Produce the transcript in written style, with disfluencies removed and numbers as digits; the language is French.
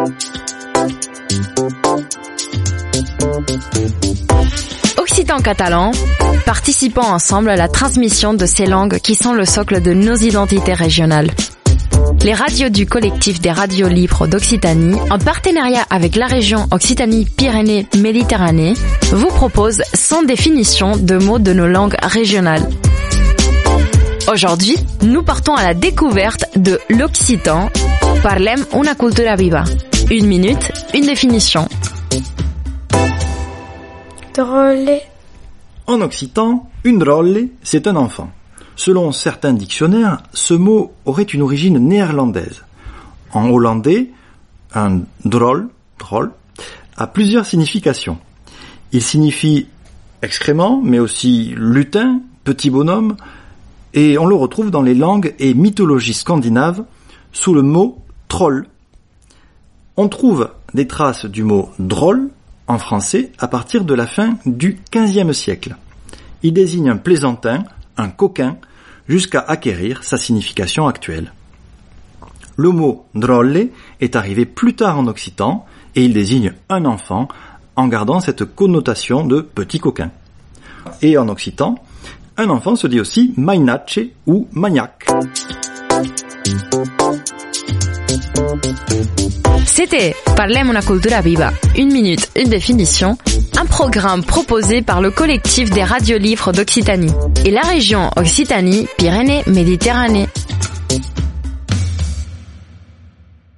Occitan catalan, participons ensemble à la transmission de ces langues qui sont le socle de nos identités régionales. Les radios du collectif des radios libres d'Occitanie, en partenariat avec la région Occitanie-Pyrénées-Méditerranée, vous proposent 100 définitions de mots de nos langues régionales. Aujourd'hui, nous partons à la découverte de l'occitan. Parlem una cultura viva. 1 minute, une définition. Drôle. En occitan, une drôle, c'est un enfant. Selon certains dictionnaires, ce mot aurait une origine néerlandaise. En hollandais, un drôle a plusieurs significations. Il signifie excrément, mais aussi lutin, petit bonhomme, et on le retrouve dans les langues et mythologies scandinaves sous le mot troll. On trouve des traces du mot drôle en français à partir de la fin du XVe siècle. Il désigne un plaisantin, un coquin, jusqu'à acquérir sa signification actuelle. Le mot drolle est arrivé plus tard en occitan et il désigne un enfant en gardant cette connotation de petit coquin. Et en occitan, un enfant se dit aussi mainache ou maniac. C'était Parlem una cultura viva. 1 minute, une définition. Un programme proposé par le collectif des radios libres d'Occitanie et la région Occitanie-Pyrénées-Méditerranée.